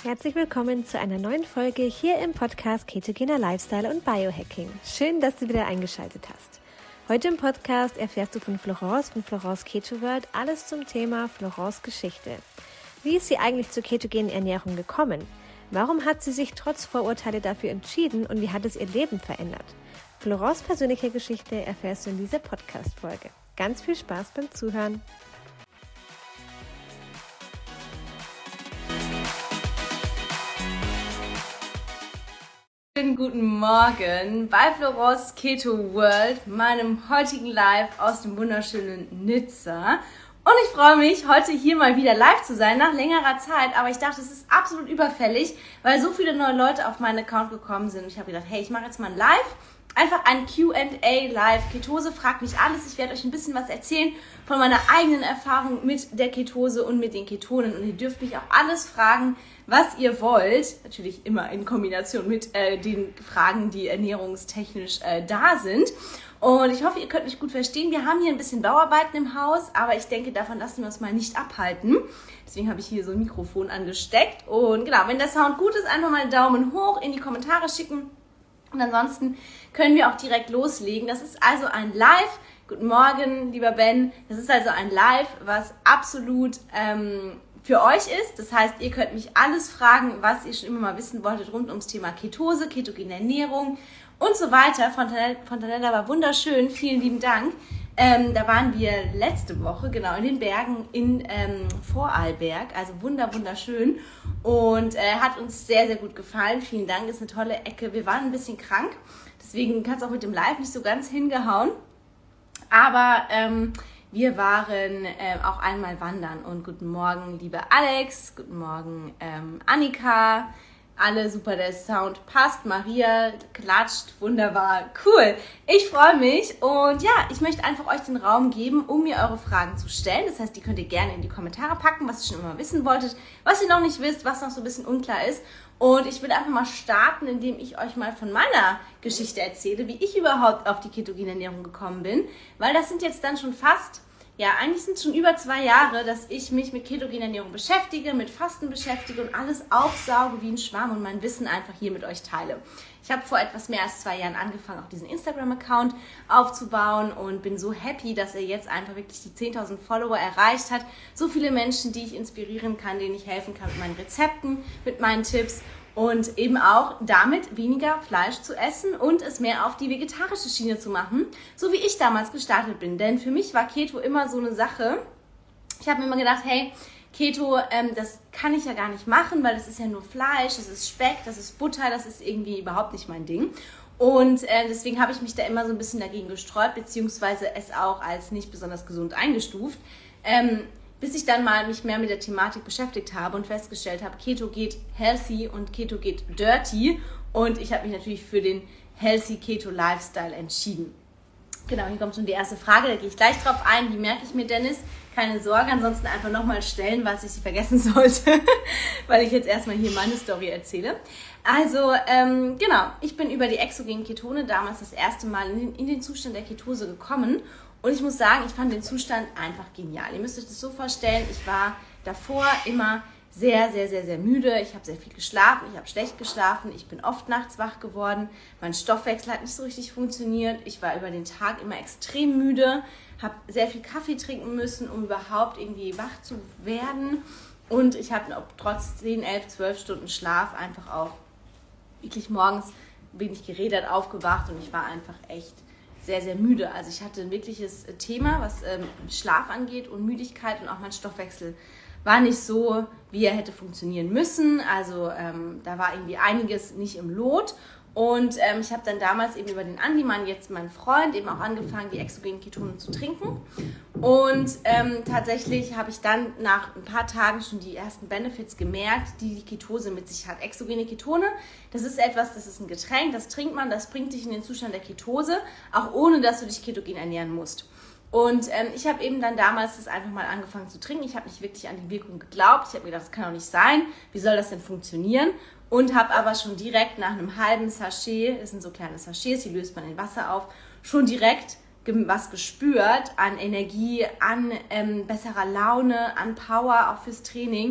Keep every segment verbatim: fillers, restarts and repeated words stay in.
Herzlich willkommen zu einer neuen Folge hier im Podcast Ketogener Lifestyle und Biohacking. Schön, dass du wieder eingeschaltet hast. Heute im Podcast erfährst du von Florence, von Florence Keto World, alles zum Thema Florence Geschichte. Wie ist sie eigentlich zur ketogenen Ernährung gekommen? Warum hat sie sich trotz Vorurteile dafür entschieden und wie hat es ihr Leben verändert? Florence' persönliche Geschichte erfährst du in dieser Podcast-Folge. Ganz viel Spaß beim Zuhören! Guten Morgen bei Florence Keto World, meinem heutigen Live aus dem wunderschönen Nizza. Und ich freue mich, heute hier mal wieder live zu sein, nach längerer Zeit. Aber ich dachte, es ist absolut überfällig, weil so viele neue Leute auf meinen Account gekommen sind. Und ich habe gedacht, hey, ich mache jetzt mal ein Live, einfach ein Q and A Live. Ketose fragt mich alles. Ich werde euch ein bisschen was erzählen von meiner eigenen Erfahrung mit der Ketose und mit den Ketonen. Und ihr dürft mich auch alles fragen, was ihr wollt, natürlich immer in Kombination mit äh, den Fragen, die ernährungstechnisch äh, da sind. Und ich hoffe, ihr könnt mich gut verstehen. Wir haben hier ein bisschen Bauarbeiten im Haus, aber ich denke, davon lassen wir uns mal nicht abhalten. Deswegen habe ich hier so ein Mikrofon angesteckt. Und genau, wenn der Sound gut ist, einfach mal einen Daumen hoch in die Kommentare schicken. Und ansonsten können wir auch direkt loslegen. Das ist also ein Live. Guten Morgen, lieber Ben. Das ist also ein Live, was absolut Ähm, für euch ist. Das heißt, ihr könnt mich alles fragen, was ihr schon immer mal wissen wolltet rund ums Thema Ketose, ketogene Ernährung und so weiter. Fontanella war wunderschön, vielen lieben Dank. Ähm, da waren wir letzte Woche, genau, in den Bergen in ähm, Vorarlberg, also wunder, wunderschön und äh, hat uns sehr, sehr gut gefallen. Vielen Dank, ist eine tolle Ecke. Wir waren ein bisschen krank, deswegen hat es auch mit dem Live nicht so ganz hingehauen, aber ähm, wir waren äh, auch einmal wandern und guten Morgen, liebe Alex, guten Morgen, ähm, Annika, alle super, der Sound passt, Maria klatscht, wunderbar, cool. Ich freue mich und ja, ich möchte einfach euch den Raum geben, um mir eure Fragen zu stellen. Das heißt, die könnt ihr gerne in die Kommentare packen, was ihr schon immer wissen wolltet, was ihr noch nicht wisst, was noch so ein bisschen unklar ist. Und ich will einfach mal starten, indem ich euch mal von meiner Geschichte erzähle, wie ich überhaupt auf die ketogene Ernährung gekommen bin, weil das sind jetzt dann schon fast, ja, eigentlich sind es schon über zwei Jahre, dass ich mich mit ketogener Ernährung beschäftige, mit Fasten beschäftige und alles aufsauge wie ein Schwamm und mein Wissen einfach hier mit euch teile. Ich habe vor etwas mehr als zwei Jahren angefangen, auch diesen Instagram-Account aufzubauen und bin so happy, dass er jetzt einfach wirklich die zehntausend Follower erreicht hat. So viele Menschen, die ich inspirieren kann, denen ich helfen kann mit meinen Rezepten, mit meinen Tipps. Und eben auch damit weniger Fleisch zu essen und es mehr auf die vegetarische Schiene zu machen, so wie ich damals gestartet bin. Denn für mich war Keto immer so eine Sache. Ich habe mir immer gedacht, hey, Keto, ähm, das kann ich ja gar nicht machen, weil das ist ja nur Fleisch, das ist Speck, das ist Butter, das ist irgendwie überhaupt nicht mein Ding. Und äh, deswegen habe ich mich da immer so ein bisschen dagegen gesträubt, beziehungsweise es auch als nicht besonders gesund eingestuft. Ähm, bis ich dann mal mich mehr mit der Thematik beschäftigt habe und festgestellt habe, Keto geht healthy und Keto geht dirty. Und ich habe mich natürlich für den healthy Keto Lifestyle entschieden. Genau, hier kommt schon die erste Frage, da gehe ich gleich drauf ein. Die merke ich mir, Dennis. Keine Sorge, ansonsten einfach nochmal stellen, was ich vergessen sollte, weil ich jetzt erstmal hier meine Story erzähle. Also, ähm, genau, ich bin über die exogenen Ketone damals das erste Mal in den, in den Zustand der Ketose gekommen. Und ich muss sagen, ich fand den Zustand einfach genial. Ihr müsst euch das so vorstellen, ich war davor immer sehr, sehr, sehr, sehr müde. Ich habe sehr viel geschlafen, ich habe schlecht geschlafen, ich bin oft nachts wach geworden. Mein Stoffwechsel hat nicht so richtig funktioniert. Ich war über den Tag immer extrem müde, habe sehr viel Kaffee trinken müssen, um überhaupt irgendwie wach zu werden. Und ich habe trotz zehn, elf, zwölf Stunden Schlaf einfach auch wirklich morgens wenig geredet, aufgewacht und ich war einfach echt sehr, sehr müde. Also ich hatte ein wirkliches Thema, was ähm, Schlaf angeht und Müdigkeit und auch mein Stoffwechsel war nicht so, wie er hätte funktionieren müssen. Also ähm, da war irgendwie einiges nicht im Lot. Und ähm, ich habe dann damals eben über den Andi, Mann, jetzt mein Freund, eben auch angefangen, die exogenen Ketone zu trinken. Und ähm, tatsächlich habe ich dann nach ein paar Tagen schon die ersten Benefits gemerkt, die die Ketose mit sich hat. Exogene Ketone, das ist etwas, das ist ein Getränk, das trinkt man, das bringt dich in den Zustand der Ketose, auch ohne, dass du dich ketogen ernähren musst. Und ähm, ich habe eben dann damals das einfach mal angefangen zu trinken. Ich habe nicht wirklich an die Wirkung geglaubt. Ich habe mir gedacht, das kann doch nicht sein. Wie soll das denn funktionieren? Und habe aber schon direkt nach einem halben Sachet, das sind so kleine Sachets, die löst man in Wasser auf, schon direkt was gespürt an Energie, an ähm, besserer Laune, an Power, auch fürs Training.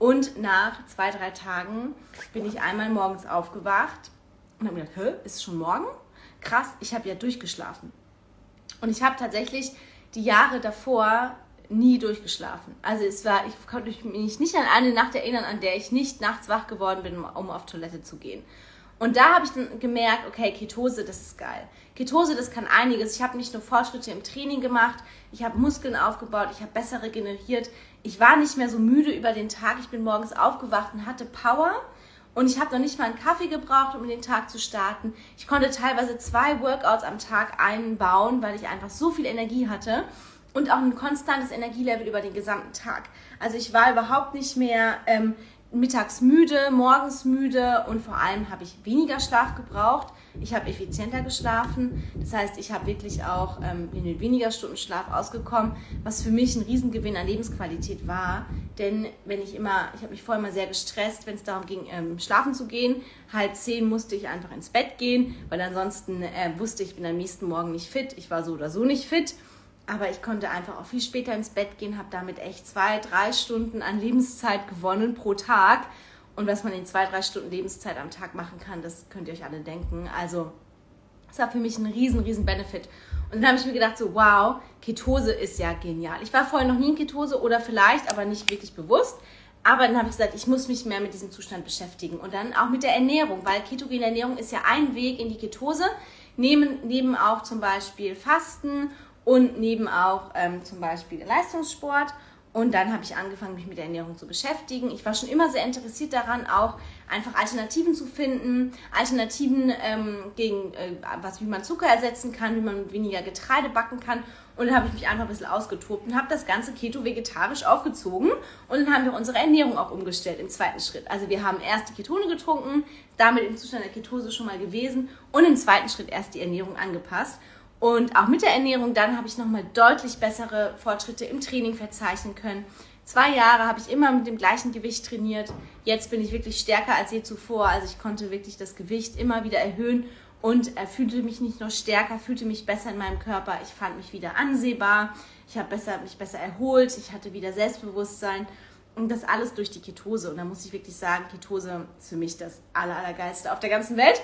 Und nach zwei, drei Tagen bin ich einmal morgens aufgewacht und habe mir gedacht, hä, ist es schon morgen? Krass, ich habe ja durchgeschlafen. Und ich habe tatsächlich die Jahre davor nie durchgeschlafen. Also es war, ich konnte mich nicht an eine Nacht erinnern, an der ich nicht nachts wach geworden bin, um auf Toilette zu gehen. Und da habe ich dann gemerkt, okay, Ketose, das ist geil. Ketose, das kann einiges. Ich habe nicht nur Fortschritte im Training gemacht, ich habe Muskeln aufgebaut, ich habe besser regeneriert. Ich war nicht mehr so müde über den Tag. Ich bin morgens aufgewacht und hatte Power. Und ich habe noch nicht mal einen Kaffee gebraucht, um in den Tag zu starten. Ich konnte teilweise zwei Workouts am Tag einbauen, weil ich einfach so viel Energie hatte. Und auch ein konstantes Energielevel über den gesamten Tag. Also ich war überhaupt nicht mehr ähm, mittags müde, morgens müde und vor allem habe ich weniger Schlaf gebraucht. Ich habe effizienter geschlafen. Das heißt, ich habe wirklich auch ähm, in weniger Stunden Schlaf ausgekommen, was für mich ein Riesengewinn an Lebensqualität war. Denn wenn ich immer, ich habe mich vorher immer sehr gestresst, wenn es darum ging, ähm, schlafen zu gehen. Halb zehn musste ich einfach ins Bett gehen, weil ansonsten äh, wusste ich, ich bin am nächsten Morgen nicht fit. Ich war so oder so nicht fit. Aber ich konnte einfach auch viel später ins Bett gehen, habe damit echt zwei, drei Stunden an Lebenszeit gewonnen pro Tag. Und was man in zwei, drei Stunden Lebenszeit am Tag machen kann, das könnt ihr euch alle denken. Also das war für mich ein riesen, riesen Benefit. Und dann habe ich mir gedacht, so wow, Ketose ist ja genial. Ich war vorher noch nie in Ketose oder vielleicht, aber nicht wirklich bewusst. Aber dann habe ich gesagt, ich muss mich mehr mit diesem Zustand beschäftigen. Und dann auch mit der Ernährung, weil ketogene Ernährung ist ja ein Weg in die Ketose. Neben, neben auch zum Beispiel Fasten und neben auch ähm, zum Beispiel Leistungssport. Und dann habe ich angefangen, mich mit der Ernährung zu beschäftigen. Ich war schon immer sehr interessiert daran, auch einfach Alternativen zu finden. Alternativen ähm, gegen, äh, was, wie man Zucker ersetzen kann, wie man weniger Getreide backen kann. Und dann habe ich mich einfach ein bisschen ausgetobt und habe das Ganze keto-vegetarisch aufgezogen. Und dann haben wir unsere Ernährung auch umgestellt im zweiten Schritt. Also wir haben erst die Ketone getrunken, damit im Zustand der Ketose schon mal gewesen und im zweiten Schritt erst die Ernährung angepasst. Und auch mit der Ernährung, dann habe ich nochmal deutlich bessere Fortschritte im Training verzeichnen können. Zwei Jahre habe ich immer mit dem gleichen Gewicht trainiert. Jetzt bin ich wirklich stärker als je zuvor. Also ich konnte wirklich das Gewicht immer wieder erhöhen und fühlte mich nicht nur stärker, fühlte mich besser in meinem Körper. Ich fand mich wieder ansehbar. Ich habe besser, mich besser erholt. Ich hatte wieder Selbstbewusstsein. Und das alles durch die Ketose. Und da muss ich wirklich sagen, Ketose ist für mich das Aller, Allergeilste auf der ganzen Welt.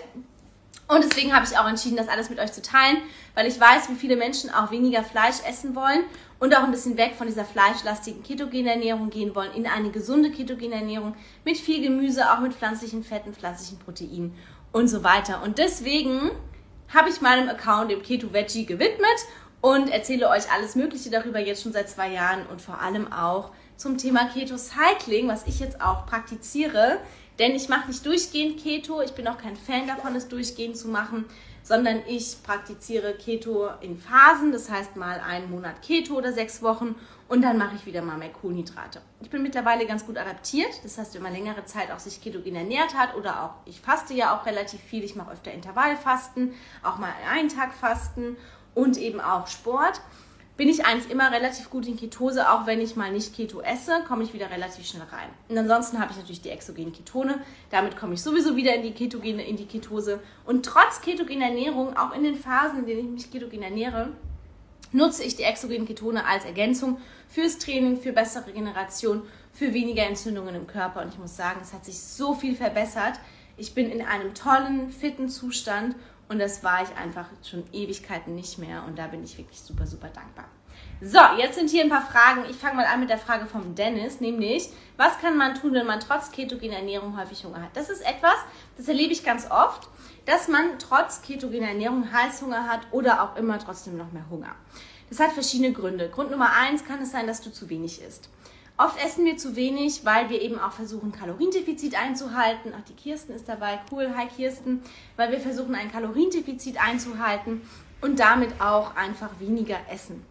Und deswegen habe ich auch entschieden, das alles mit euch zu teilen, weil ich weiß, wie viele Menschen auch weniger Fleisch essen wollen und auch ein bisschen weg von dieser fleischlastigen ketogenen Ernährung gehen wollen in eine gesunde ketogene Ernährung mit viel Gemüse, auch mit pflanzlichen Fetten, pflanzlichen Proteinen und so weiter. Und deswegen habe ich meinem Account dem Keto Veggie gewidmet und erzähle euch alles Mögliche darüber jetzt schon seit zwei Jahren und vor allem auch zum Thema Keto Cycling, was ich jetzt auch praktiziere. Denn ich mache nicht durchgehend Keto, ich bin auch kein Fan davon, es durchgehend zu machen, sondern ich praktiziere Keto in Phasen, das heißt mal einen Monat Keto oder sechs Wochen und dann mache ich wieder mal mehr Kohlenhydrate. Ich bin mittlerweile ganz gut adaptiert, das heißt, wenn man längere Zeit auch sich ketogen ernährt hat oder auch, ich faste ja auch relativ viel, ich mache öfter Intervallfasten, auch mal einen Tag Fasten und eben auch Sport. Bin ich eigentlich immer relativ gut in Ketose, auch wenn ich mal nicht Keto esse, komme ich wieder relativ schnell rein. Und ansonsten habe ich natürlich die exogene Ketone, damit komme ich sowieso wieder in die ketogene, in die Ketose. Und trotz ketogener Ernährung, auch in den Phasen, in denen ich mich ketogen ernähre, nutze ich die exogene Ketone als Ergänzung fürs Training, für bessere Regeneration, für weniger Entzündungen im Körper. Und ich muss sagen, es hat sich so viel verbessert. Ich bin in einem tollen, fitten Zustand. Und das war ich einfach schon Ewigkeiten nicht mehr. Und da bin ich wirklich super, super dankbar. So, jetzt sind hier ein paar Fragen. Ich fange mal an mit der Frage vom Dennis, nämlich, was kann man tun, wenn man trotz ketogener Ernährung häufig Hunger hat? Das ist etwas, das erlebe ich ganz oft, dass man trotz ketogener Ernährung Heißhunger hat oder auch immer trotzdem noch mehr Hunger. Das hat verschiedene Gründe. Grund Nummer eins kann es sein, dass du zu wenig isst. Oft essen wir zu wenig, weil wir eben auch versuchen, Kaloriendefizit einzuhalten. Ach, die Kirsten ist dabei. Cool, hi Kirsten. Weil wir versuchen, ein Kaloriendefizit einzuhalten und damit auch einfach weniger essen.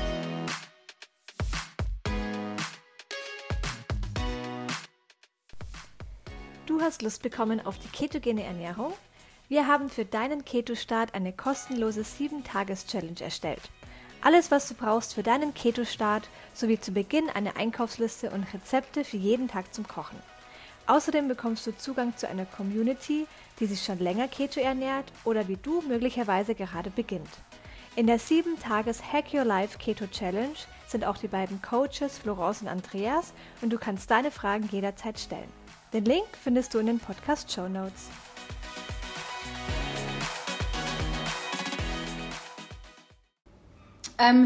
Du hast Lust bekommen auf die ketogene Ernährung? Wir haben für deinen Keto-Start eine kostenlose sieben Tages Challenge erstellt. Alles, was du brauchst für deinen Keto-Start, sowie zu Beginn eine Einkaufsliste und Rezepte für jeden Tag zum Kochen. Außerdem bekommst du Zugang zu einer Community, die sich schon länger Keto ernährt oder wie du möglicherweise gerade beginnt. In der sieben Tages Hack Your Life Keto Challenge sind auch die beiden Coaches Florence und Andreas und du kannst deine Fragen jederzeit stellen. Den Link findest du in den Podcast-Show Notes. Ähm,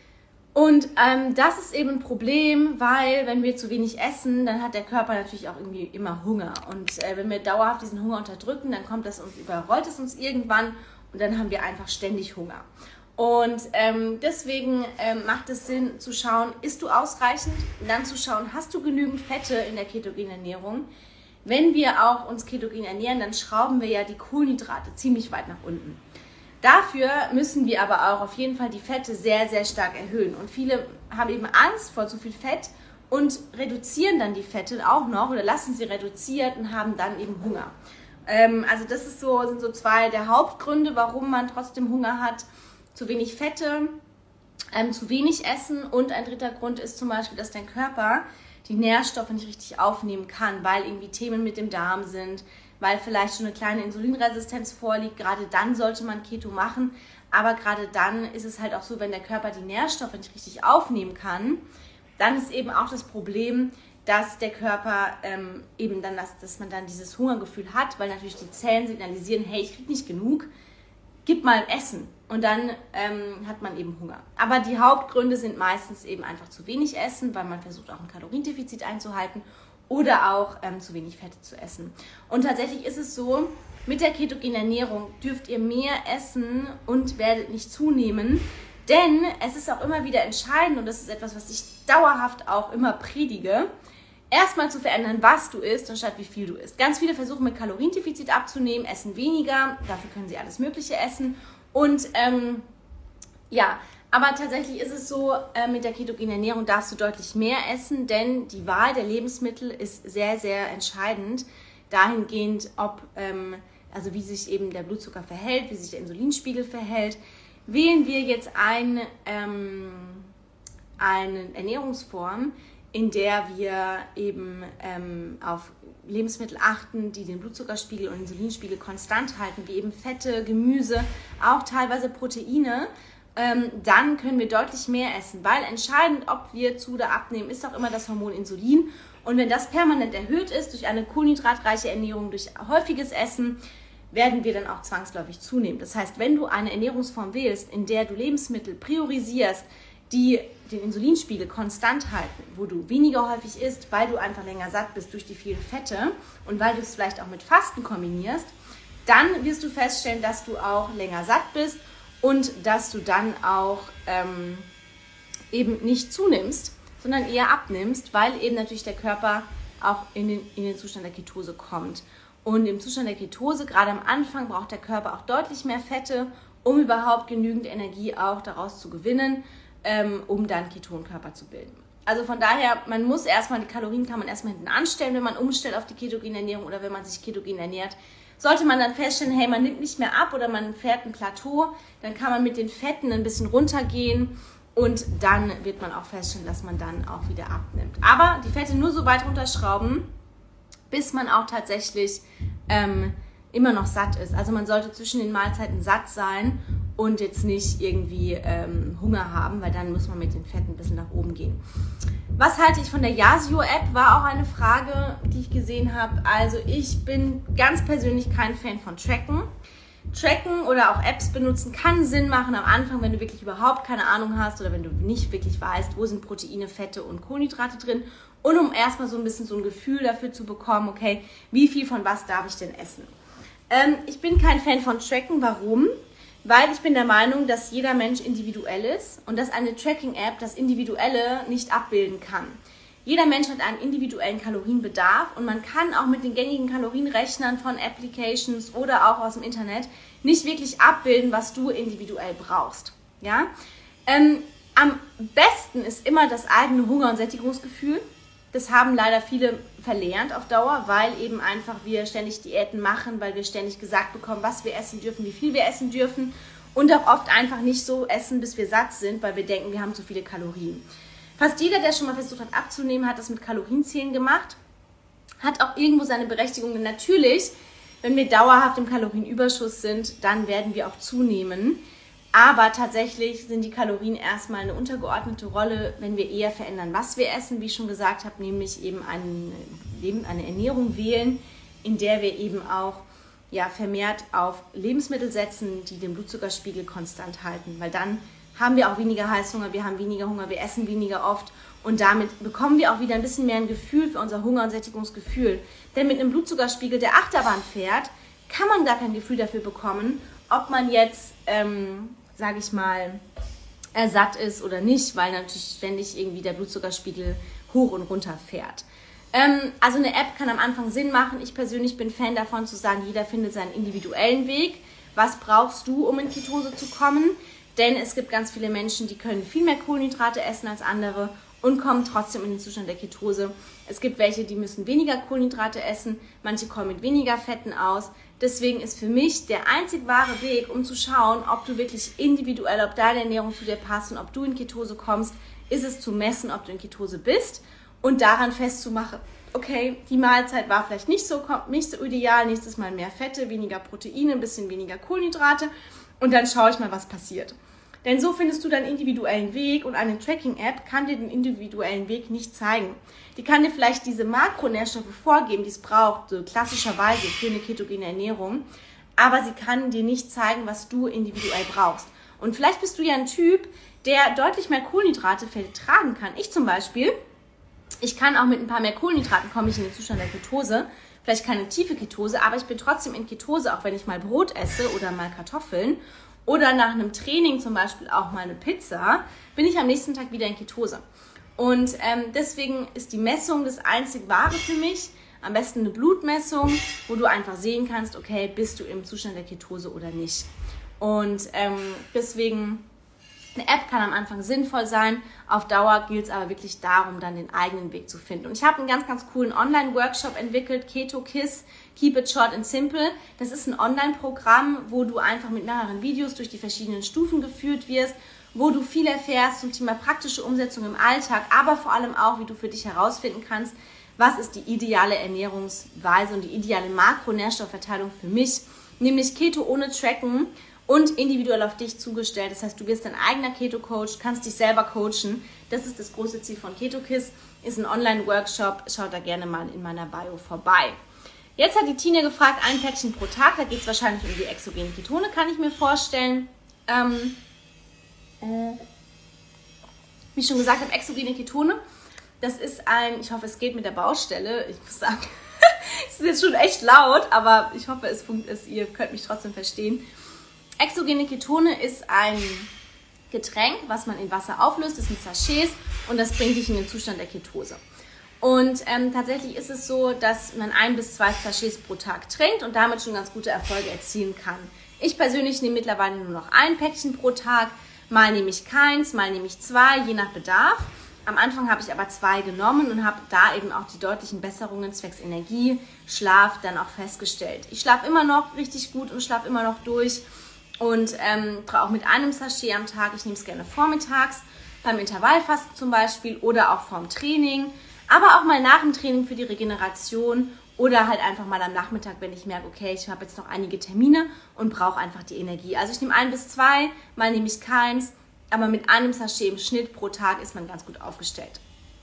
und ähm, das ist eben ein Problem, weil wenn wir zu wenig essen, dann hat der Körper natürlich auch irgendwie immer Hunger. Und äh, wenn wir dauerhaft diesen Hunger unterdrücken, dann kommt das uns, überrollt es uns irgendwann und dann haben wir einfach ständig Hunger. Und ähm, deswegen ähm, macht es Sinn zu schauen, isst du ausreichend? Und dann zu schauen, hast du genügend Fette in der ketogenen Ernährung? Wenn wir auch uns ketogen ernähren, dann schrauben wir ja die Kohlenhydrate ziemlich weit nach unten. Dafür müssen wir aber auch auf jeden Fall die Fette sehr, sehr stark erhöhen. Und viele haben eben Angst vor zu viel Fett und reduzieren dann die Fette auch noch oder lassen sie reduziert und haben dann eben Hunger. Ähm, also das ist so, sind so zwei der Hauptgründe, warum man trotzdem Hunger hat. Zu wenig Fette, ähm, zu wenig Essen und ein dritter Grund ist zum Beispiel, dass dein Körper die Nährstoffe nicht richtig aufnehmen kann, weil irgendwie Themen mit dem Darm sind, weil vielleicht schon eine kleine Insulinresistenz vorliegt. Gerade dann sollte man Keto machen, aber gerade dann ist es halt auch so, wenn der Körper die Nährstoffe nicht richtig aufnehmen kann, dann ist eben auch das Problem, dass der Körper ähm, eben dann, das, dass man dann dieses Hungergefühl hat, weil natürlich die Zellen signalisieren, hey, ich krieg nicht genug, gib mal Essen. Und dann ähm, hat man eben Hunger. Aber die Hauptgründe sind meistens eben einfach zu wenig Essen, weil man versucht auch ein Kaloriendefizit einzuhalten oder auch ähm, zu wenig Fette zu essen. Und tatsächlich ist es so, mit der ketogenen Ernährung dürft ihr mehr essen und werdet nicht zunehmen. Denn es ist auch immer wieder entscheidend, und das ist etwas, was ich dauerhaft auch immer predige, erstmal zu verändern, was du isst, anstatt wie viel du isst. Ganz viele versuchen mit Kaloriendefizit abzunehmen, essen weniger, dafür können sie alles Mögliche essen. Und ähm, ja, aber tatsächlich ist es so, äh, mit der ketogenen Ernährung darfst du deutlich mehr essen, denn die Wahl der Lebensmittel ist sehr, sehr entscheidend, dahingehend, ob, ähm, also wie sich eben der Blutzucker verhält, wie sich der Insulinspiegel verhält. Wählen wir jetzt ein, ähm, eine Ernährungsform, in der wir eben ähm, auf Lebensmittel achten, die den Blutzuckerspiegel und Insulinspiegel konstant halten, wie eben Fette, Gemüse, auch teilweise Proteine, ähm, dann können wir deutlich mehr essen, weil entscheidend, ob wir zu oder abnehmen, ist auch immer das Hormon Insulin. Und wenn das permanent erhöht ist durch eine kohlenhydratreiche Ernährung, durch häufiges Essen, werden wir dann auch zwangsläufig zunehmen. Das heißt, wenn du eine Ernährungsform wählst, in der du Lebensmittel priorisierst, die den Insulinspiegel konstant halten, wo du weniger häufig isst, weil du einfach länger satt bist durch die vielen Fette und weil du es vielleicht auch mit Fasten kombinierst, dann wirst du feststellen, dass du auch länger satt bist und dass du dann auch ähm, eben nicht zunimmst, sondern eher abnimmst, weil eben natürlich der Körper auch in den, in den Zustand der Ketose kommt. Und im Zustand der Ketose, gerade am Anfang, braucht der Körper auch deutlich mehr Fette, um überhaupt genügend Energie auch daraus zu gewinnen, ähm, um dann Ketonkörper zu bilden. Also von daher, man muss erstmal, die Kalorien kann man erstmal hinten anstellen, wenn man umstellt auf die ketogene Ernährung oder wenn man sich ketogen ernährt. Sollte man dann feststellen, hey, man nimmt nicht mehr ab oder man fährt ein Plateau, dann kann man mit den Fetten ein bisschen runtergehen und dann wird man auch feststellen, dass man dann auch wieder abnimmt. Aber die Fette nur so weit runterschrauben, bis man auch tatsächlich ähm, immer noch satt ist. Also man sollte zwischen den Mahlzeiten satt sein und jetzt nicht irgendwie ähm, Hunger haben, weil dann muss man mit den Fetten ein bisschen nach oben gehen. Was halte ich von der Yasio-App, war auch eine Frage, die ich gesehen habe. Also ich bin ganz persönlich kein Fan von Tracken. Tracken oder auch Apps benutzen kann Sinn machen am Anfang, wenn du wirklich überhaupt keine Ahnung hast oder wenn du nicht wirklich weißt, wo sind Proteine, Fette und Kohlenhydrate drin. Und um erstmal so ein bisschen so ein Gefühl dafür zu bekommen, okay, wie viel von was darf ich denn essen? Ähm, ich bin kein Fan von Tracken. Warum? Weil ich bin der Meinung, dass jeder Mensch individuell ist und dass eine Tracking-App das Individuelle nicht abbilden kann. Jeder Mensch hat einen individuellen Kalorienbedarf und man kann auch mit den gängigen Kalorienrechnern von Applications oder auch aus dem Internet nicht wirklich abbilden, was du individuell brauchst. Ja? Ähm, am besten ist immer das eigene Hunger- und Sättigungsgefühl. Das haben leider viele verlernt auf Dauer, weil eben einfach wir ständig Diäten machen, weil wir ständig gesagt bekommen, was wir essen dürfen, wie viel wir essen dürfen und auch oft einfach nicht so essen, bis wir satt sind, weil wir denken, wir haben zu viele Kalorien. Fast jeder, der schon mal versucht hat abzunehmen, hat das mit Kalorienzählen gemacht, hat auch irgendwo seine Berechtigung. Denn natürlich, wenn wir dauerhaft im Kalorienüberschuss sind, dann werden wir auch zunehmen. Aber tatsächlich sind die Kalorien erstmal eine untergeordnete Rolle, wenn wir eher verändern, was wir essen, wie ich schon gesagt habe, nämlich eben eine, eine Ernährung wählen, in der wir eben auch ja, vermehrt auf Lebensmittel setzen, die den Blutzuckerspiegel konstant halten. Weil dann haben wir auch weniger Heißhunger, wir haben weniger Hunger, wir essen weniger oft und damit bekommen wir auch wieder ein bisschen mehr ein Gefühl für unser Hunger- und Sättigungsgefühl. Denn mit einem Blutzuckerspiegel, der Achterbahn fährt, kann man gar kein Gefühl dafür bekommen, ob man jetzt, ähm, sage ich mal, äh, satt ist oder nicht, weil natürlich ständig irgendwie der Blutzuckerspiegel hoch und runter fährt. Ähm, also eine App kann am Anfang Sinn machen. Ich persönlich bin Fan davon zu sagen, jeder findet seinen individuellen Weg. Was brauchst du, um in Ketose zu kommen? Denn es gibt ganz viele Menschen, die können viel mehr Kohlenhydrate essen als andere und kommen trotzdem in den Zustand der Ketose. Es gibt welche, die müssen weniger Kohlenhydrate essen, manche kommen mit weniger Fetten aus. Deswegen ist für mich der einzig wahre Weg, um zu schauen, ob du wirklich individuell, ob deine Ernährung zu dir passt und ob du in Ketose kommst, ist es zu messen, ob du in Ketose bist und daran festzumachen, okay, die Mahlzeit war vielleicht nicht so, nicht so ideal, nächstes Mal mehr Fette, weniger Proteine, ein bisschen weniger Kohlenhydrate und dann schaue ich mal, was passiert. Denn so findest du deinen individuellen Weg und eine Tracking-App kann dir den individuellen Weg nicht zeigen. Die kann dir vielleicht diese Makronährstoffe vorgeben, die es braucht, so klassischerweise für eine ketogene Ernährung, aber sie kann dir nicht zeigen, was du individuell brauchst. Und vielleicht bist du ja ein Typ, der deutlich mehr Kohlenhydrate vertragen kann. Ich zum Beispiel, ich kann auch mit ein paar mehr Kohlenhydraten komme ich in den Zustand der Ketose, vielleicht keine tiefe Ketose, aber ich bin trotzdem in Ketose, auch wenn ich mal Brot esse oder mal Kartoffeln. Oder nach einem Training zum Beispiel auch mal eine Pizza, bin ich am nächsten Tag wieder in Ketose. Und ähm, deswegen ist die Messung das einzig Wahre für mich. Am besten eine Blutmessung, wo du einfach sehen kannst, okay, bist du im Zustand der Ketose oder nicht. Und ähm, deswegen, eine App kann am Anfang sinnvoll sein. Auf Dauer gilt es aber wirklich darum, dann den eigenen Weg zu finden. Und ich habe einen ganz, ganz coolen Online-Workshop entwickelt, Keto Kiss, Keep it short and simple. Das ist ein Online-Programm, wo du einfach mit mehreren Videos durch die verschiedenen Stufen geführt wirst, wo du viel erfährst zum Thema praktische Umsetzung im Alltag, aber vor allem auch, wie du für dich herausfinden kannst, was ist die ideale Ernährungsweise und die ideale Makronährstoffverteilung für mich, nämlich Keto ohne Tracken und individuell auf dich zugestellt. Das heißt, du wirst dein eigener Keto-Coach, kannst dich selber coachen. Das ist das große Ziel von Keto Kiss, ist ein Online-Workshop. Schaut da gerne mal in meiner Bio vorbei. Jetzt hat die Tina gefragt, ein Päckchen pro Tag. Da geht es wahrscheinlich um die exogenen Ketone, kann ich mir vorstellen. Ähm, äh, wie ich schon gesagt habe, exogene Ketone, das ist ein, ich hoffe, es geht mit der Baustelle. Ich muss sagen, es ist jetzt schon echt laut, aber ich hoffe, es funkt, es, ihr könnt mich trotzdem verstehen. Exogene Ketone ist ein Getränk, was man in Wasser auflöst, das sind Sachets und das bringt dich in den Zustand der Ketose. Und ähm, tatsächlich ist es so, dass man ein bis zwei Sachets pro Tag trinkt und damit schon ganz gute Erfolge erzielen kann. Ich persönlich nehme mittlerweile nur noch ein Päckchen pro Tag, mal nehme ich keins, mal nehme ich zwei, je nach Bedarf. Am Anfang habe ich aber zwei genommen und habe da eben auch die deutlichen Besserungen zwecks Energie, Schlaf dann auch festgestellt. Ich schlafe immer noch richtig gut und schlafe immer noch durch. Und ähm, auch mit einem Sachet am Tag, ich nehme es gerne vormittags, beim Intervallfasten zum Beispiel oder auch vorm Training, aber auch mal nach dem Training für die Regeneration oder halt einfach mal am Nachmittag, wenn ich merke, okay, ich habe jetzt noch einige Termine und brauche einfach die Energie. Also ich nehme ein bis zwei, mal nehme ich keins, aber mit einem Sachet im Schnitt pro Tag ist man ganz gut aufgestellt.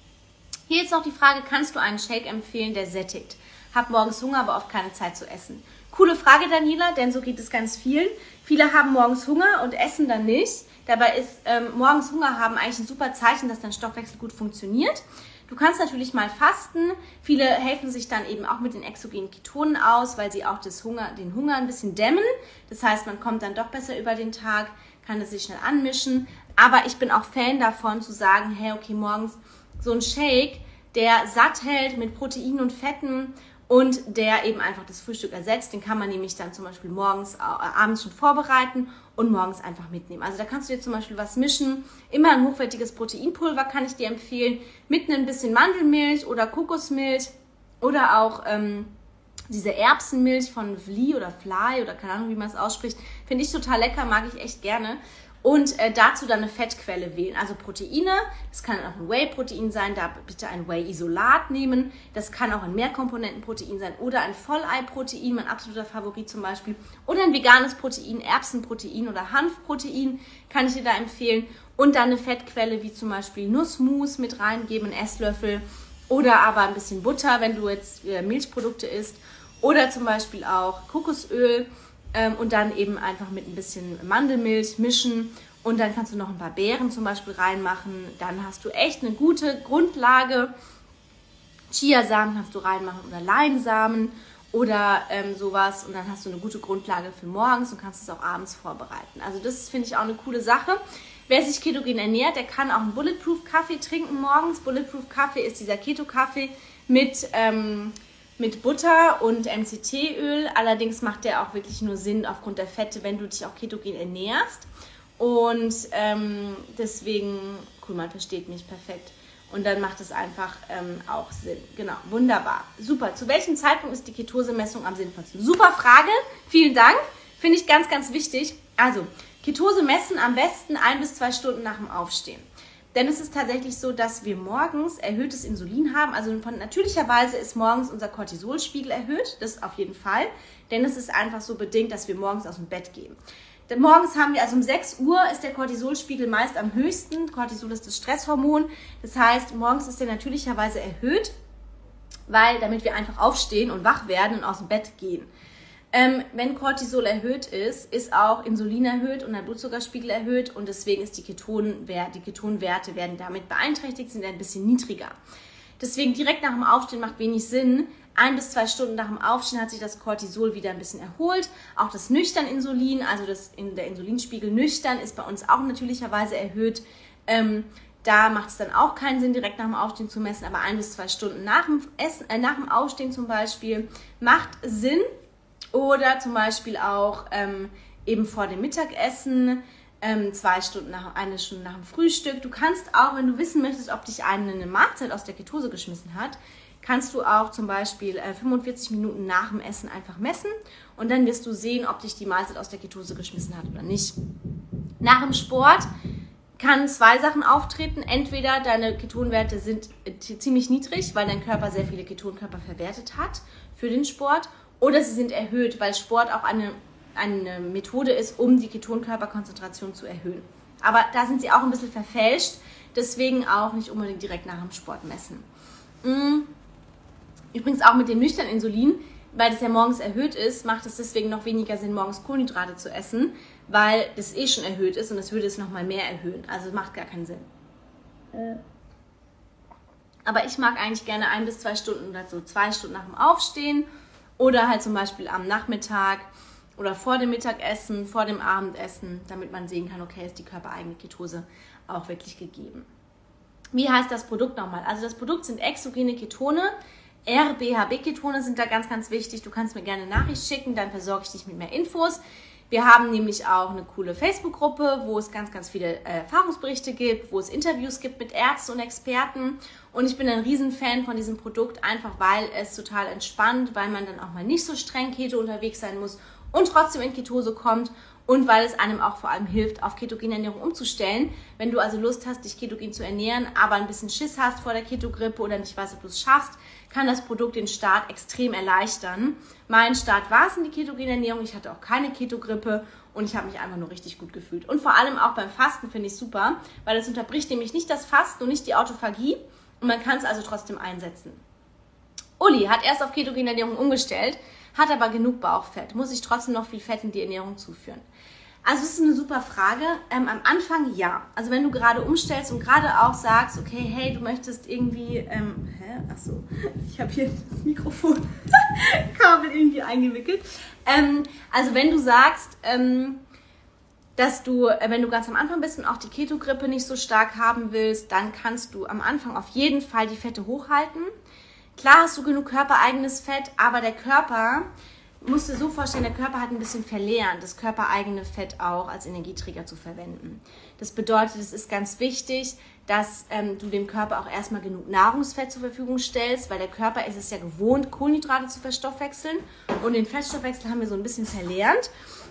Hier jetzt noch die Frage, kannst du einen Shake empfehlen, der sättigt? Hab morgens Hunger, aber oft keine Zeit zu essen. Coole Frage, Daniela, denn so geht es ganz vielen. Viele haben morgens Hunger und essen dann nicht. Dabei ist ähm, morgens Hunger haben eigentlich ein super Zeichen, dass dein Stoffwechsel gut funktioniert. Du kannst natürlich mal fasten. Viele helfen sich dann eben auch mit den exogenen Ketonen aus, weil sie auch das Hunger, den Hunger ein bisschen dämmen. Das heißt, man kommt dann doch besser über den Tag, kann es sich schnell anmischen. Aber ich bin auch Fan davon zu sagen, hey, okay, morgens so ein Shake, der satt hält mit Proteinen und Fetten und der eben einfach das Frühstück ersetzt. Den kann man nämlich dann zum Beispiel morgens, äh, abends schon vorbereiten und morgens einfach mitnehmen. Also da kannst du dir zum Beispiel was mischen. Immer ein hochwertiges Proteinpulver kann ich dir empfehlen, mit ein bisschen Mandelmilch oder Kokosmilch oder auch ähm, diese Erbsenmilch von Vli oder Fly oder keine Ahnung, wie man es ausspricht. Finde ich total lecker, mag ich echt gerne. Und äh, dazu dann eine Fettquelle wählen, also Proteine. Das kann auch ein Whey-Protein sein, da bitte ein Whey-Isolat nehmen. Das kann auch ein Mehrkomponentenprotein sein oder ein Vollei-Protein, mein absoluter Favorit zum Beispiel. Oder ein veganes Protein, Erbsenprotein oder Hanfprotein kann ich dir da empfehlen. Und dann eine Fettquelle wie zum Beispiel Nussmus mit reingeben, einen Esslöffel. Oder aber ein bisschen Butter, wenn du jetzt äh, Milchprodukte isst. Oder zum Beispiel auch Kokosöl. Und dann eben einfach mit ein bisschen Mandelmilch mischen und dann kannst du noch ein paar Beeren zum Beispiel reinmachen. Dann hast du echt eine gute Grundlage. Chiasamen kannst du reinmachen oder Leinsamen oder ähm, sowas. Und dann hast du eine gute Grundlage für morgens und kannst es auch abends vorbereiten. Also das finde ich auch eine coole Sache. Wer sich ketogen ernährt, der kann auch einen Bulletproof-Kaffee trinken morgens. Bulletproof-Kaffee ist dieser Keto-Kaffee mit... Ähm, mit Butter und M C T-Öl. Allerdings macht der auch wirklich nur Sinn aufgrund der Fette, wenn du dich auch ketogen ernährst. Und ähm, deswegen, cool, man versteht mich perfekt. Und dann macht es einfach ähm, auch Sinn. Genau, wunderbar. Super. Zu welchem Zeitpunkt ist die Ketosemessung am sinnvollsten? Super Frage. Vielen Dank. Finde ich ganz, ganz wichtig. Also, Ketose messen am besten ein bis zwei Stunden nach dem Aufstehen. Denn es ist tatsächlich so, dass wir morgens erhöhtes Insulin haben. Also von natürlicher Weise ist morgens unser Cortisolspiegel erhöht. Das auf jeden Fall. Denn es ist einfach so bedingt, dass wir morgens aus dem Bett gehen. Denn morgens haben wir, also um sechs Uhr ist der Cortisolspiegel meist am höchsten. Cortisol ist das Stresshormon. Das heißt, morgens ist der natürlicherweise erhöht, weil damit wir einfach aufstehen und wach werden und aus dem Bett gehen. Ähm, wenn Cortisol erhöht ist, ist auch Insulin erhöht und der Blutzuckerspiegel erhöht und deswegen ist die, Ketonwert, die Ketonwerte werden damit beeinträchtigt, sind ein bisschen niedriger. Deswegen direkt nach dem Aufstehen macht wenig Sinn. Ein bis zwei Stunden nach dem Aufstehen hat sich das Cortisol wieder ein bisschen erholt. Auch das Nüchtern-Insulin, also das, in der Insulinspiegel nüchtern, ist bei uns auch natürlicherweise erhöht. Ähm, da macht es dann auch keinen Sinn, direkt nach dem Aufstehen zu messen, aber ein bis zwei Stunden nach dem, Essen, äh, nach dem Aufstehen zum Beispiel macht Sinn. Oder zum Beispiel auch ähm, eben vor dem Mittagessen, ähm, zwei Stunden nach, eine Stunde nach dem Frühstück. Du kannst auch, wenn du wissen möchtest, ob dich eine Mahlzeit aus der Ketose geschmissen hat, kannst du auch zum Beispiel äh, fünfundvierzig Minuten nach dem Essen einfach messen und dann wirst du sehen, ob dich die Mahlzeit aus der Ketose geschmissen hat oder nicht. Nach dem Sport kann zwei Sachen auftreten. Entweder deine Ketonwerte sind äh, ziemlich niedrig, weil dein Körper sehr viele Ketonkörper verwertet hat für den Sport. Oder sie sind erhöht, weil Sport auch eine, eine Methode ist, um die Ketonkörperkonzentration zu erhöhen. Aber da sind sie auch ein bisschen verfälscht, deswegen auch nicht unbedingt direkt nach dem Sport messen. Übrigens auch mit dem nüchternen Insulin, weil das ja morgens erhöht ist, macht es deswegen noch weniger Sinn, morgens Kohlenhydrate zu essen, weil das eh schon erhöht ist und das würde es nochmal mehr erhöhen. Also macht gar keinen Sinn. Aber ich mag eigentlich gerne ein bis zwei Stunden oder so zwei Stunden nach dem Aufstehen. Oder halt zum Beispiel am Nachmittag oder vor dem Mittagessen, vor dem Abendessen, damit man sehen kann, okay, ist die körpereigene Ketose auch wirklich gegeben. Wie heißt das Produkt nochmal? Also das Produkt sind exogene Ketone. R B H B-Ketone sind da ganz, ganz wichtig. Du kannst mir gerne eine Nachricht schicken, dann versorge ich dich mit mehr Infos. Wir haben nämlich auch eine coole Facebook-Gruppe, wo es ganz, ganz viele äh, Erfahrungsberichte gibt, wo es Interviews gibt mit Ärzten und Experten. Und ich bin ein Riesenfan von diesem Produkt, einfach weil es total entspannt, weil man dann auch mal nicht so streng Keto unterwegs sein muss und trotzdem in Ketose kommt. Und weil es einem auch vor allem hilft, auf ketogene Ernährung umzustellen. Wenn du also Lust hast, dich ketogen zu ernähren, aber ein bisschen Schiss hast vor der Ketogrippe oder nicht weißt, ob du es schaffst, kann das Produkt den Start extrem erleichtern. Mein Start war es in die ketogene Ernährung. Ich hatte auch keine Ketogrippe und ich habe mich einfach nur richtig gut gefühlt. Und vor allem auch beim Fasten finde ich super, weil das unterbricht nämlich nicht das Fasten und nicht die Autophagie und man kann es also trotzdem einsetzen. Uli hat erst auf ketogene Ernährung umgestellt, hat aber genug Bauchfett. Muss ich trotzdem noch viel Fett in die Ernährung zuführen? Also das ist eine super Frage. Ähm, am Anfang ja. Also wenn du gerade umstellst und gerade auch sagst, okay, hey, du möchtest irgendwie, ähm, hä, ach so, ich habe hier das Mikrofonkabel irgendwie eingewickelt. Ähm, also wenn du sagst, ähm, dass du, äh, wenn du ganz am Anfang bist und auch die Ketogrippe nicht so stark haben willst, dann kannst du am Anfang auf jeden Fall die Fette hochhalten. Klar hast du genug körpereigenes Fett, aber der Körper, musst dir so vorstellen, der Körper hat ein bisschen verlernt, das körpereigene Fett auch als Energieträger zu verwenden. Das bedeutet, es ist ganz wichtig, dass ähm, du dem Körper auch erstmal genug Nahrungsfett zur Verfügung stellst, weil der Körper ist es ja gewohnt, Kohlenhydrate zu verstoffwechseln und den Fettstoffwechsel haben wir so ein bisschen verlernt.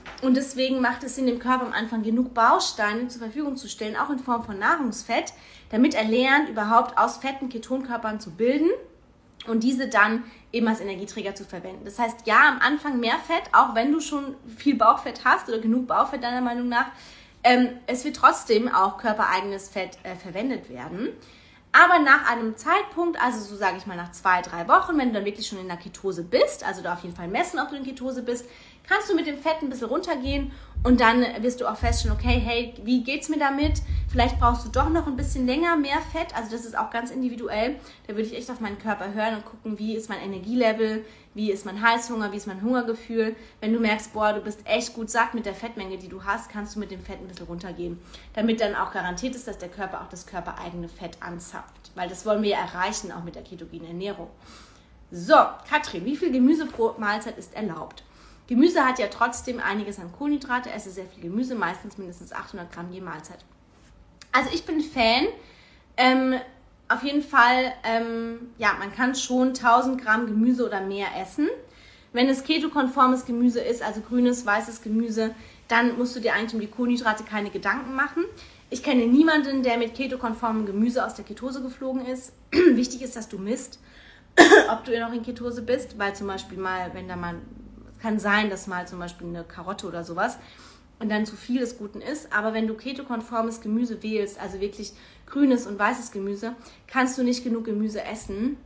Und deswegen macht es Sinn, dem Körper am Anfang genug Bausteine zur Verfügung zu stellen, auch in Form von Nahrungsfett, damit er lernt, überhaupt aus fetten Ketonkörpern zu bilden und diese dann eben als Energieträger zu verwenden. Das heißt, ja, am Anfang mehr Fett, auch wenn du schon viel Bauchfett hast oder genug Bauchfett deiner Meinung nach, ähm, es wird trotzdem auch körpereigenes Fett äh, verwendet werden. Aber nach einem Zeitpunkt, also so sage ich mal nach zwei, drei Wochen, wenn du dann wirklich schon in der Ketose bist, also da auf jeden Fall messen, ob du in Ketose bist, kannst du mit dem Fett ein bisschen runtergehen und dann wirst du auch feststellen, okay, hey, wie geht's mir damit? Vielleicht brauchst du doch noch ein bisschen länger mehr Fett, also das ist auch ganz individuell. Da würde ich echt auf meinen Körper hören und gucken, wie ist mein Energielevel, wie ist mein Heißhunger, wie ist mein Hungergefühl. Wenn du merkst, boah, du bist echt gut satt mit der Fettmenge, die du hast, kannst du mit dem Fett ein bisschen runtergehen, damit dann auch garantiert ist, dass der Körper auch das körpereigene Fett anzapft, weil das wollen wir ja erreichen, auch mit der ketogenen Ernährung. So, Katrin, wie viel Gemüse pro Mahlzeit ist erlaubt? Gemüse hat ja trotzdem einiges an Kohlenhydrate, esse sehr viel Gemüse, meistens mindestens achthundert Gramm je Mahlzeit. Also ich bin Fan, ähm, auf jeden Fall, ähm, ja, man kann schon tausend Gramm Gemüse oder mehr essen. Wenn es ketokonformes Gemüse ist, also grünes, weißes Gemüse, dann musst du dir eigentlich um die Kohlenhydrate keine Gedanken machen. Ich kenne niemanden, der mit ketokonformem Gemüse aus der Ketose geflogen ist. Wichtig ist, dass du misst, ob du noch in Ketose bist, weil zum Beispiel mal, wenn da mal, es kann sein, dass mal zum Beispiel eine Karotte oder sowas und dann zu viel des Guten ist, aber wenn du ketokonformes Gemüse wählst, also wirklich grünes und weißes Gemüse, kannst du nicht genug Gemüse essen.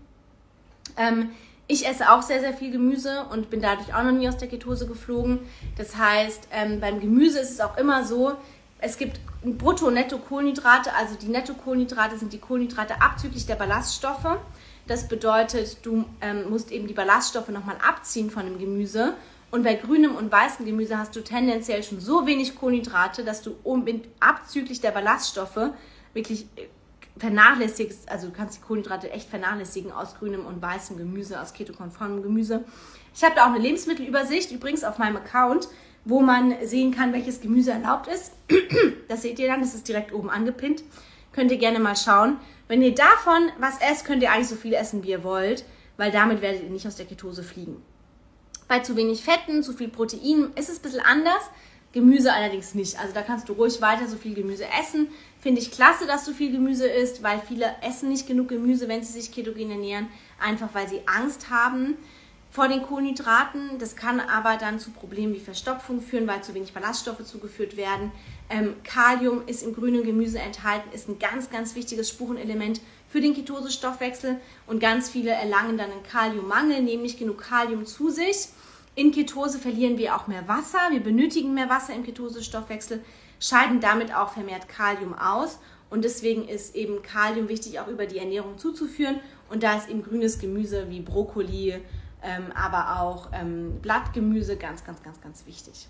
Ähm, ich esse auch sehr, sehr viel Gemüse und bin dadurch auch noch nie aus der Ketose geflogen. Das heißt, ähm, beim Gemüse ist es auch immer so, es gibt Brutto- und Netto-Kohlenhydrate, also die Netto-Kohlenhydrate sind die Kohlenhydrate abzüglich der Ballaststoffe. Das bedeutet, du ähm, musst eben die Ballaststoffe nochmal abziehen von dem Gemüse. Und bei grünem und weißem Gemüse hast du tendenziell schon so wenig Kohlenhydrate, dass du um, abzüglich der Ballaststoffe wirklich vernachlässigst, also du kannst die Kohlenhydrate echt vernachlässigen aus grünem und weißem Gemüse, aus ketokonformem Gemüse. Ich habe da auch eine Lebensmittelübersicht, übrigens auf meinem Account, wo man sehen kann, welches Gemüse erlaubt ist. Das seht ihr dann, das ist direkt oben angepinnt. Könnt ihr gerne mal schauen. Wenn ihr davon was esst, könnt ihr eigentlich so viel essen, wie ihr wollt, weil damit werdet ihr nicht aus der Ketose fliegen. Bei zu wenig Fetten, zu viel Protein ist es ein bisschen anders. Gemüse allerdings nicht. Also da kannst du ruhig weiter so viel Gemüse essen. Finde ich klasse, dass du viel Gemüse isst, weil viele essen nicht genug Gemüse, wenn sie sich ketogen ernähren, einfach weil sie Angst haben vor den Kohlenhydraten. Das kann aber dann zu Problemen wie Verstopfung führen, weil zu wenig Ballaststoffe zugeführt werden. Ähm, Kalium ist im grünen Gemüse enthalten, ist ein ganz, ganz wichtiges Spurenelement für den Ketosestoffwechsel und ganz viele erlangen dann einen Kaliummangel, nehmen nicht genug Kalium zu sich. In Ketose verlieren wir auch mehr Wasser, wir benötigen mehr Wasser im Ketosestoffwechsel, scheiden damit auch vermehrt Kalium aus und deswegen ist eben Kalium wichtig auch über die Ernährung zuzuführen und da ist eben grünes Gemüse wie Brokkoli, ähm, aber auch ähm, Blattgemüse ganz, ganz, ganz, ganz wichtig.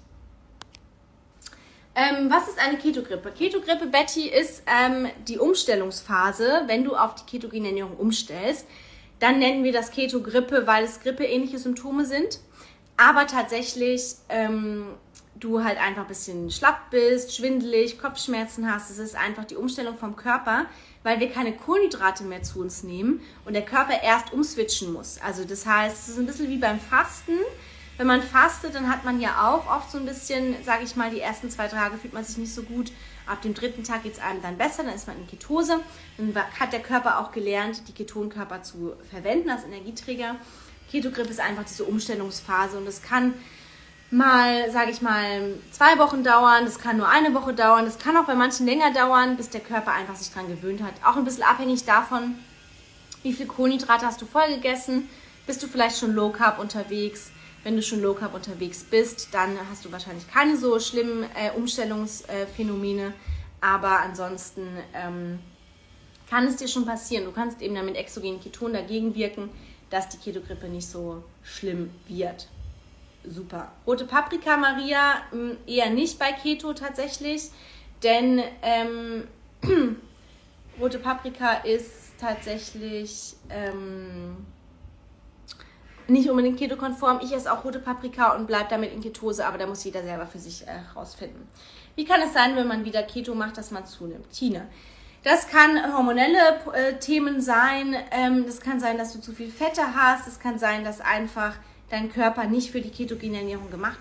Ähm, was ist eine Ketogrippe? Ketogrippe, Betty, ist ähm, die Umstellungsphase, wenn du auf die ketogene Ernährung umstellst. Dann nennen wir das Ketogrippe, weil es grippeähnliche Symptome sind. Aber tatsächlich ähm, du halt einfach ein bisschen schlapp bist, schwindelig, Kopfschmerzen hast. Es ist einfach die Umstellung vom Körper, weil wir keine Kohlenhydrate mehr zu uns nehmen und der Körper erst umswitchen muss. Also das heißt, es ist ein bisschen wie beim Fasten. Wenn man fastet, dann hat man ja auch oft so ein bisschen, sage ich mal, die ersten zwei Tage fühlt man sich nicht so gut. Ab dem dritten Tag geht es einem dann besser, dann ist man in Ketose. Dann hat der Körper auch gelernt, die Ketonkörper zu verwenden als Energieträger. Ketogrippe ist einfach diese Umstellungsphase und das kann mal, sage ich mal, zwei Wochen dauern, das kann nur eine Woche dauern, das kann auch bei manchen länger dauern, bis der Körper einfach sich dran gewöhnt hat. Auch ein bisschen abhängig davon, wie viel Kohlenhydrate hast du voll gegessen, bist du vielleicht schon Low Carb unterwegs. Wenn du schon Low Carb unterwegs bist, dann hast du wahrscheinlich keine so schlimmen äh, Umstellungsphänomene, aber ansonsten ähm, kann es dir schon passieren. Du kannst eben dann mit exogenen Ketonen dagegen wirken, dass die Ketogrippe nicht so schlimm wird. Super. Rote Paprika, Maria, eher nicht bei Keto tatsächlich, denn ähm, rote Paprika ist tatsächlich ähm, nicht unbedingt ketokonform. Ich esse auch rote Paprika und bleibe damit in Ketose, aber da muss jeder selber für sich herausfinden. Äh, Wie kann es sein, wenn man wieder Keto macht, dass man zunimmt? Tine. Das kann hormonelle äh, Themen sein, ähm, das kann sein, dass du zu viel Fette hast, es kann sein, dass einfach dein Körper nicht für die ketogene Ernährung gemacht ist.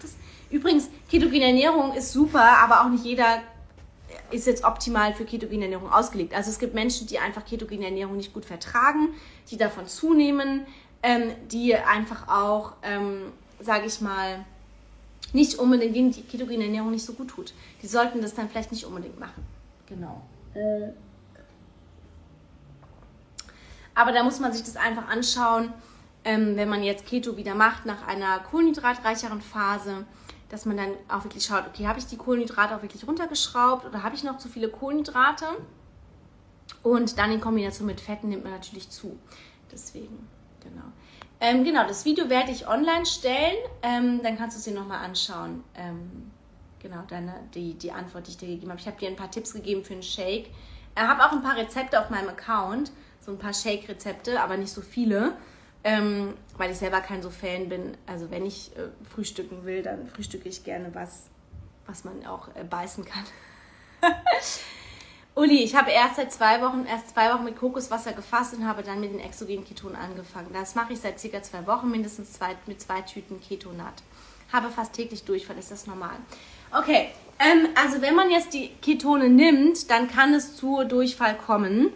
Übrigens, ketogene Ernährung ist super, aber auch nicht jeder ist jetzt optimal für ketogene Ernährung ausgelegt. Also es gibt Menschen, die einfach ketogene Ernährung nicht gut vertragen, die davon zunehmen, ähm, die einfach auch, ähm, sage ich mal, nicht unbedingt, denen die ketogene Ernährung nicht so gut tut. Die sollten das dann vielleicht nicht unbedingt machen. Genau. Äh. Aber da muss man sich das einfach anschauen, ähm, wenn man jetzt Keto wieder macht nach einer kohlenhydratreicheren Phase, dass man dann auch wirklich schaut, okay, habe ich die Kohlenhydrate auch wirklich runtergeschraubt oder habe ich noch zu viele Kohlenhydrate? Und dann in Kombination mit Fetten nimmt man natürlich zu. Deswegen, genau. Ähm, genau, das Video werde ich online stellen, ähm, dann kannst du es dir nochmal anschauen. Ähm, genau, deine, die, die Antwort, die ich dir gegeben habe. Ich habe dir ein paar Tipps gegeben für einen Shake. Ich habe auch ein paar Rezepte auf meinem Account, so ein paar Shake-Rezepte, aber nicht so viele. Ähm, weil ich selber kein so Fan bin. Also wenn ich äh, frühstücken will, dann frühstücke ich gerne was, was man auch äh, beißen kann. Uli, ich habe erst seit zwei Wochen, erst zwei Wochen mit Kokoswasser gefasst und habe dann mit den exogenen Ketonen angefangen. Das mache ich seit circa zwei Wochen, mindestens zwei, mit zwei Tüten Ketonat. Habe fast täglich Durchfall, ist das normal? Okay, ähm, also wenn man jetzt die Ketone nimmt, dann kann es zu Durchfall kommen,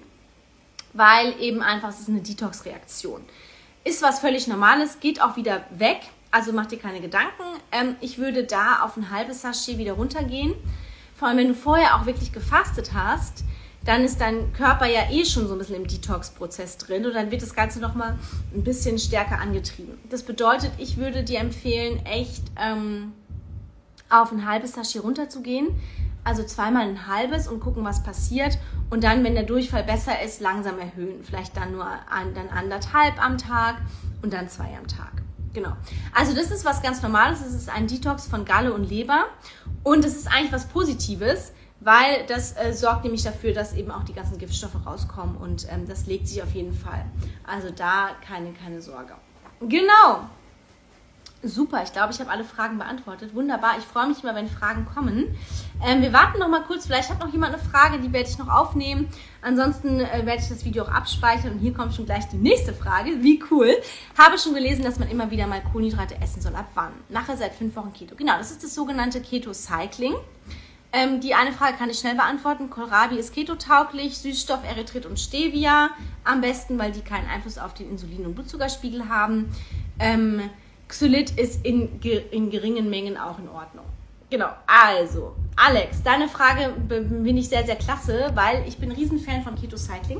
weil eben einfach, es ist eine Detox-Reaktion. Ist was völlig Normales, geht auch wieder weg, also mach dir keine Gedanken. Ähm, ich würde da auf ein halbes Sachet wieder runtergehen. Vor allem, wenn du vorher auch wirklich gefastet hast, dann ist dein Körper ja eh schon so ein bisschen im Detox-Prozess drin und dann wird das Ganze nochmal ein bisschen stärker angetrieben. Das bedeutet, ich würde dir empfehlen, echt ähm, auf ein halbes Sachet runterzugehen, also zweimal ein halbes und gucken, was passiert. Und dann, wenn der Durchfall besser ist, langsam erhöhen. Vielleicht dann nur ein, dann anderthalb am Tag und dann zwei am Tag. Genau. Also das ist was ganz Normales. Es ist ein Detox von Galle und Leber. Und es ist eigentlich was Positives, weil das äh, sorgt nämlich dafür, dass eben auch die ganzen Giftstoffe rauskommen. Und ähm, das legt sich auf jeden Fall. Also da keine, keine Sorge. Genau. Super, ich glaube, ich habe alle Fragen beantwortet. Wunderbar, ich freue mich immer, wenn Fragen kommen. Ähm, wir warten noch mal kurz, vielleicht hat noch jemand eine Frage, die werde ich noch aufnehmen. Ansonsten äh, werde ich das Video auch abspeichern und hier kommt schon gleich die nächste Frage. Wie cool. Habe schon gelesen, dass man immer wieder mal Kohlenhydrate essen soll. Ab wann? Nachher seit fünf Wochen Keto. Genau, das ist das sogenannte Keto-Cycling. Ähm, die eine Frage kann ich schnell beantworten. Kohlrabi ist ketotauglich, Süßstoff, Erythrit und Stevia. Am besten, weil die keinen Einfluss auf den Insulin- und Blutzuckerspiegel haben. Ähm, Xylit ist in, in geringen Mengen auch in Ordnung. Genau, also, Alex, deine Frage finde ich sehr, sehr klasse, weil ich bin ein Riesenfan von Keto-Cycling.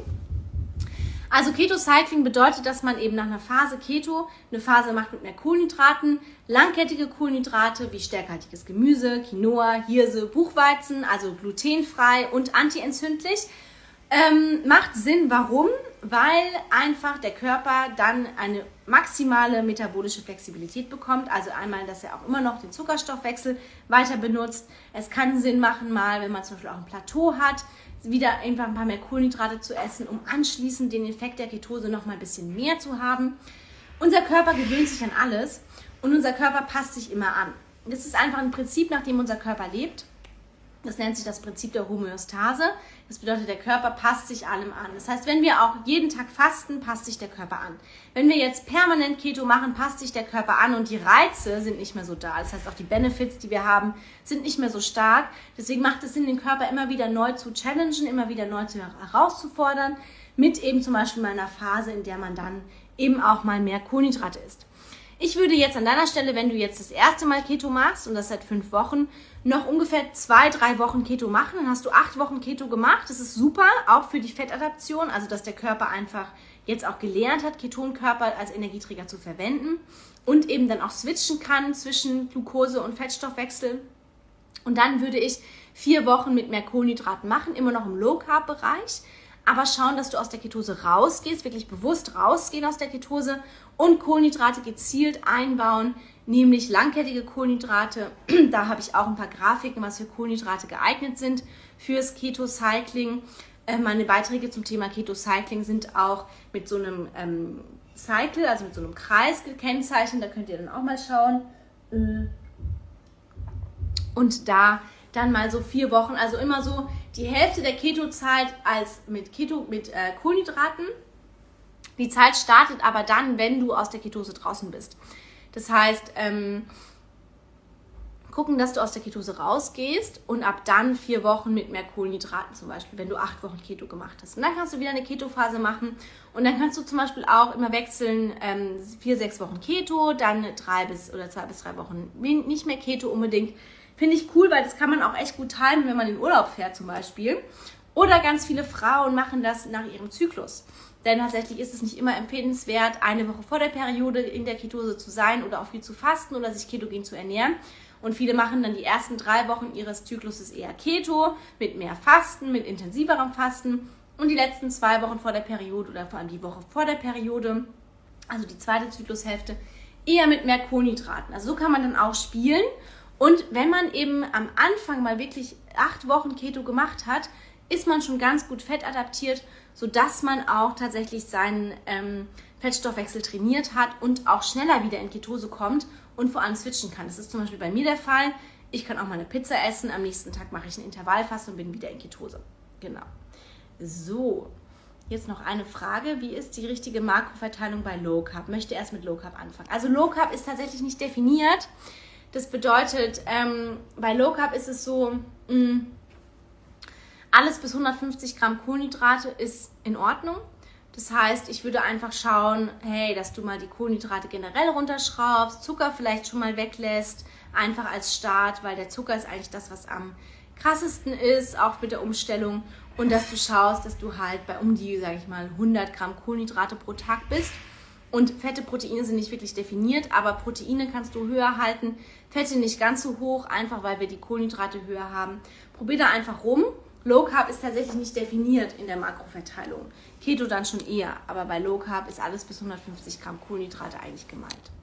Also Keto-Cycling bedeutet, dass man eben nach einer Phase Keto eine Phase macht mit mehr Kohlenhydraten, langkettige Kohlenhydrate wie stärkehaltiges Gemüse, Quinoa, Hirse, Buchweizen, also glutenfrei und antientzündlich. Ähm, macht Sinn, warum? Weil einfach der Körper dann eine maximale metabolische Flexibilität bekommt. Also einmal, dass er auch immer noch den Zuckerstoffwechsel weiter benutzt. Es kann Sinn machen, mal, wenn man zum Beispiel auch ein Plateau hat, wieder einfach ein paar mehr Kohlenhydrate zu essen, um anschließend den Effekt der Ketose noch mal ein bisschen mehr zu haben. Unser Körper gewöhnt sich an alles und unser Körper passt sich immer an. Das ist einfach ein Prinzip, nach dem unser Körper lebt. Das nennt sich das Prinzip der Homöostase. Das bedeutet, der Körper passt sich allem an. Das heißt, wenn wir auch jeden Tag fasten, passt sich der Körper an. Wenn wir jetzt permanent Keto machen, passt sich der Körper an und die Reize sind nicht mehr so da. Das heißt, auch die Benefits, die wir haben, sind nicht mehr so stark. Deswegen macht es Sinn, den Körper immer wieder neu zu challengen, immer wieder neu zu herauszufordern, mit eben zum Beispiel mal einer Phase, in der man dann eben auch mal mehr Kohlenhydrate isst. Ich würde jetzt an deiner Stelle, wenn du jetzt das erste Mal Keto machst und das seit fünf Wochen, noch ungefähr zwei, drei Wochen Keto machen. Dann hast du acht Wochen Keto gemacht. Das ist super, auch für die Fettadaption, also dass der Körper einfach jetzt auch gelernt hat, Ketonkörper als Energieträger zu verwenden und eben dann auch switchen kann zwischen Glucose und Fettstoffwechsel. Und dann würde ich vier Wochen mit mehr Kohlenhydraten machen, immer noch im Low-Carb-Bereich. Aber schauen, dass du aus der Ketose rausgehst, wirklich bewusst rausgehen aus der Ketose und Kohlenhydrate gezielt einbauen, nämlich langkettige Kohlenhydrate. Da habe ich auch ein paar Grafiken, was für Kohlenhydrate geeignet sind fürs Keto-Cycling. Äh, meine Beiträge zum Thema Keto-Cycling sind auch mit so einem ähm, Cycle, also mit so einem Kreis gekennzeichnet. Da könnt ihr dann auch mal schauen. Und da dann mal so vier Wochen, also immer so die Hälfte der Keto-Zeit als mit, Keto, mit äh, Kohlenhydraten. Die Zeit startet aber dann, wenn du aus der Ketose draußen bist. Das heißt, ähm, gucken, dass du aus der Ketose rausgehst und ab dann vier Wochen mit mehr Kohlenhydraten zum Beispiel, wenn du acht Wochen Keto gemacht hast. Und dann kannst du wieder eine Keto-Phase machen und dann kannst du zum Beispiel auch immer wechseln, ähm, vier, sechs Wochen Keto, dann drei bis oder zwei bis drei Wochen nicht mehr Keto unbedingt. Finde ich cool, weil das kann man auch echt gut timen, wenn man in Urlaub fährt zum Beispiel. Oder ganz viele Frauen machen das nach ihrem Zyklus. Denn tatsächlich ist es nicht immer empfehlenswert, eine Woche vor der Periode in der Ketose zu sein oder auch viel zu fasten oder sich ketogen zu ernähren. Und viele machen dann die ersten drei Wochen ihres Zykluses eher Keto, mit mehr Fasten, mit intensiverem Fasten. Und die letzten zwei Wochen vor der Periode oder vor allem die Woche vor der Periode, also die zweite Zyklushälfte, eher mit mehr Kohlenhydraten. Also so kann man dann auch spielen. Und wenn man eben am Anfang mal wirklich acht Wochen Keto gemacht hat, ist man schon ganz gut fettadaptiert, sodass man auch tatsächlich seinen ähm, Fettstoffwechsel trainiert hat und auch schneller wieder in Ketose kommt und vor allem switchen kann. Das ist zum Beispiel bei mir der Fall. Ich kann auch mal eine Pizza essen, am nächsten Tag mache ich ein Intervallfasten und bin wieder in Ketose. Genau. So, jetzt noch eine Frage. Wie ist die richtige Makroverteilung bei Low Carb? Möchte erst mit Low Carb anfangen. Also Low Carb ist tatsächlich nicht definiert. Das bedeutet, ähm, bei Low Carb ist es so, mh, alles bis hundertfünfzig Gramm Kohlenhydrate ist in Ordnung. Das heißt, ich würde einfach schauen, hey, dass du mal die Kohlenhydrate generell runterschraubst, Zucker vielleicht schon mal weglässt, einfach als Start, weil der Zucker ist eigentlich das, was am krassesten ist, auch mit der Umstellung. Und dass du schaust, dass du halt bei um die, sage ich mal, hundert Gramm Kohlenhydrate pro Tag bist. Und Fette, Proteine sind nicht wirklich definiert, aber Proteine kannst du höher halten, Fette nicht ganz so hoch, einfach weil wir die Kohlenhydrate höher haben. Probier da einfach rum. Low Carb ist tatsächlich nicht definiert in der Makroverteilung. Keto dann schon eher, aber bei Low Carb ist alles bis hundertfünfzig Gramm Kohlenhydrate eigentlich gemeint.